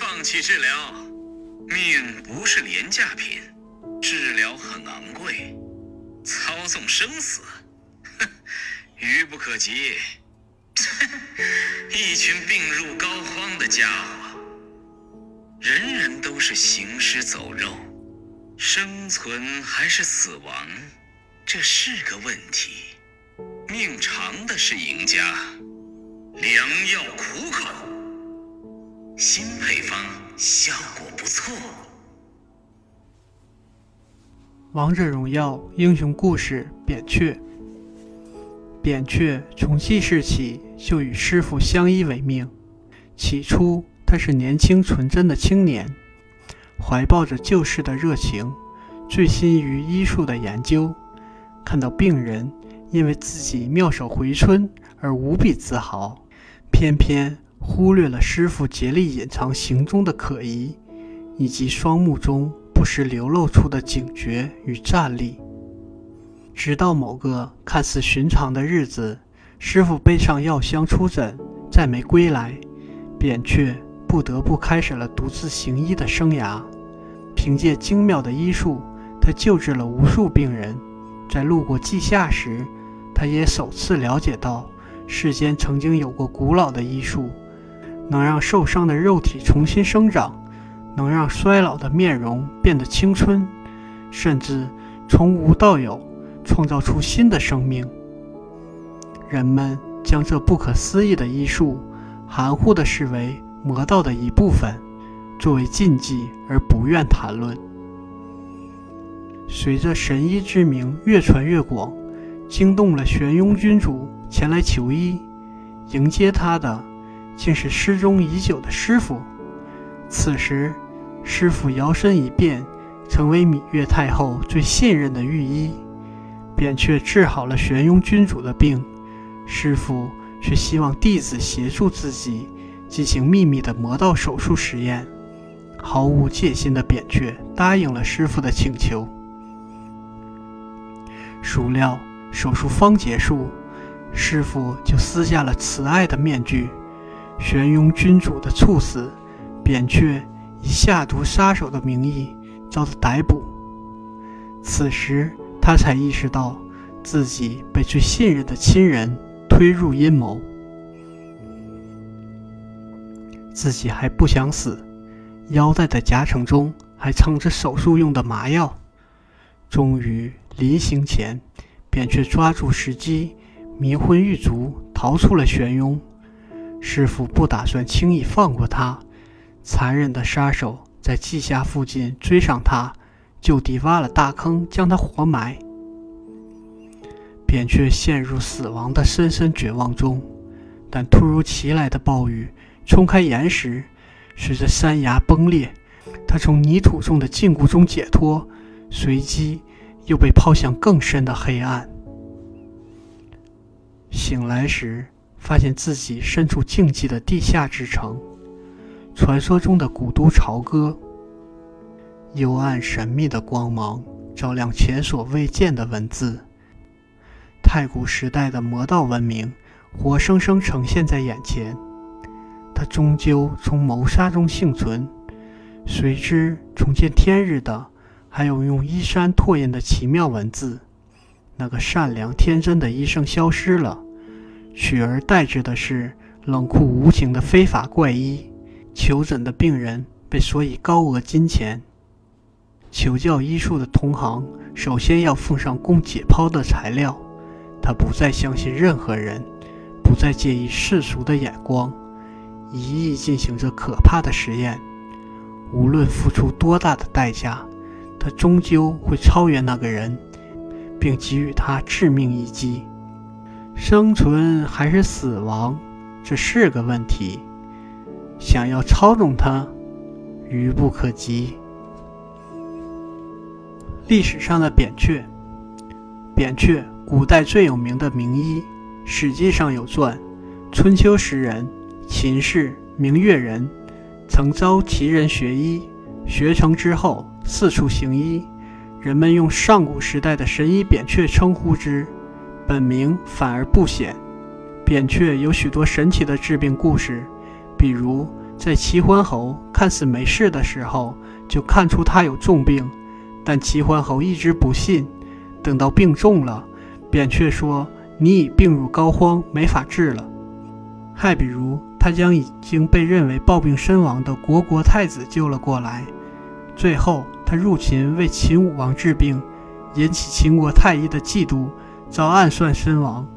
放弃治疗。命不是廉价品，治疗很昂贵，操纵生死，愚不可及。一群病入膏肓的家伙，人人都是行尸走肉，生存还是死亡，这是个问题。命长的是赢家，良药苦口，新配方效果不错。 王者荣耀英雄故事扁鹊。扁鹊从记事起就与师傅相依为命。起初他是年轻纯真的青年，怀抱着救世的热情，醉心于医术的研究。看到病人因为自己妙手回春而无比自豪，偏偏忽略了师傅竭力隐藏行踪的可疑，以及双目中不时流露出的警觉与战栗。直到某个看似寻常的日子，师傅背上药箱出诊，再没归来，扁鹊不得不开始了独自行医的生涯。凭借精妙的医术，他救治了无数病人。在路过稷下时，他也首次了解到世间曾经有过古老的医术，能让受伤的肉体重新生长，能让衰老的面容变得青春，甚至从无到有，创造出新的生命。人们将这不可思议的医术含糊地视为魔道的一部分，作为禁忌而不愿谈论。随着神医之名越传越广，惊动了玄雍君主前来求医。迎接他的竟是失踪已久的师傅。此时师傅摇身一变，成为芈月太后最信任的御医。扁鹊治好了玄雍君主的病，师傅却希望弟子协助自己进行秘密的魔道手术实验。毫无戒心的扁鹊答应了师傅的请求。孰料手术方结束，师傅就撕下了慈爱的面具。玄雍君主的猝死，扁鹊以下毒杀手的名义遭到逮捕。此时他才意识到自己被最信任的亲人推入阴谋。自己还不想死，腰带的夹层中还藏着手术用的麻药。终于临行前，扁鹊抓住时机，迷昏狱卒，逃出了玄雍。师傅不打算轻易放过他，残忍的杀手在稷下附近追上他，就地挖了大坑，将他活埋。扁鹊陷入死亡的深深绝望中，但突如其来的暴雨冲开岩石，随着山崖崩裂，他从泥土中的禁锢中解脱，随即又被抛向更深的黑暗。醒来时，发现自己身处静寂的地下之城，传说中的古都朝歌。幽暗神秘的光芒照亮前所未见的文字，太古时代的魔道文明活生生呈现在眼前。他终究从谋杀中幸存，随之重见天日的还有用衣衫拓印的奇妙文字。那个善良天真的医生消失了，取而代之的是冷酷无情的非法怪医。求诊的病人被索以高额金钱，求教医术的同行首先要奉上供解剖的材料。他不再相信任何人，不再介意世俗的眼光，一意进行着可怕的实验。无论付出多大的代价，他终究会超越那个人，并给予他致命一击。生存还是死亡，这是个问题。想要操纵它，愚不可及。历史上的扁鹊。扁鹊，古代最有名的名医，史记上有传。春秋时人，秦氏，名越人，曾遭齐人学医，学成之后四处行医，人们用上古时代的神医扁鹊称呼之，本名反而不显。扁鹊有许多神奇的治病故事，比如在齐桓侯看似没事的时候，就看出他有重病，但齐桓侯一直不信，等到病重了，扁鹊说你已病入膏肓，没法治了。还比如他将已经被认为暴病身亡的国太子救了过来，最后他入秦为秦武王治病，引起秦国太医的嫉妒，遭暗算身亡。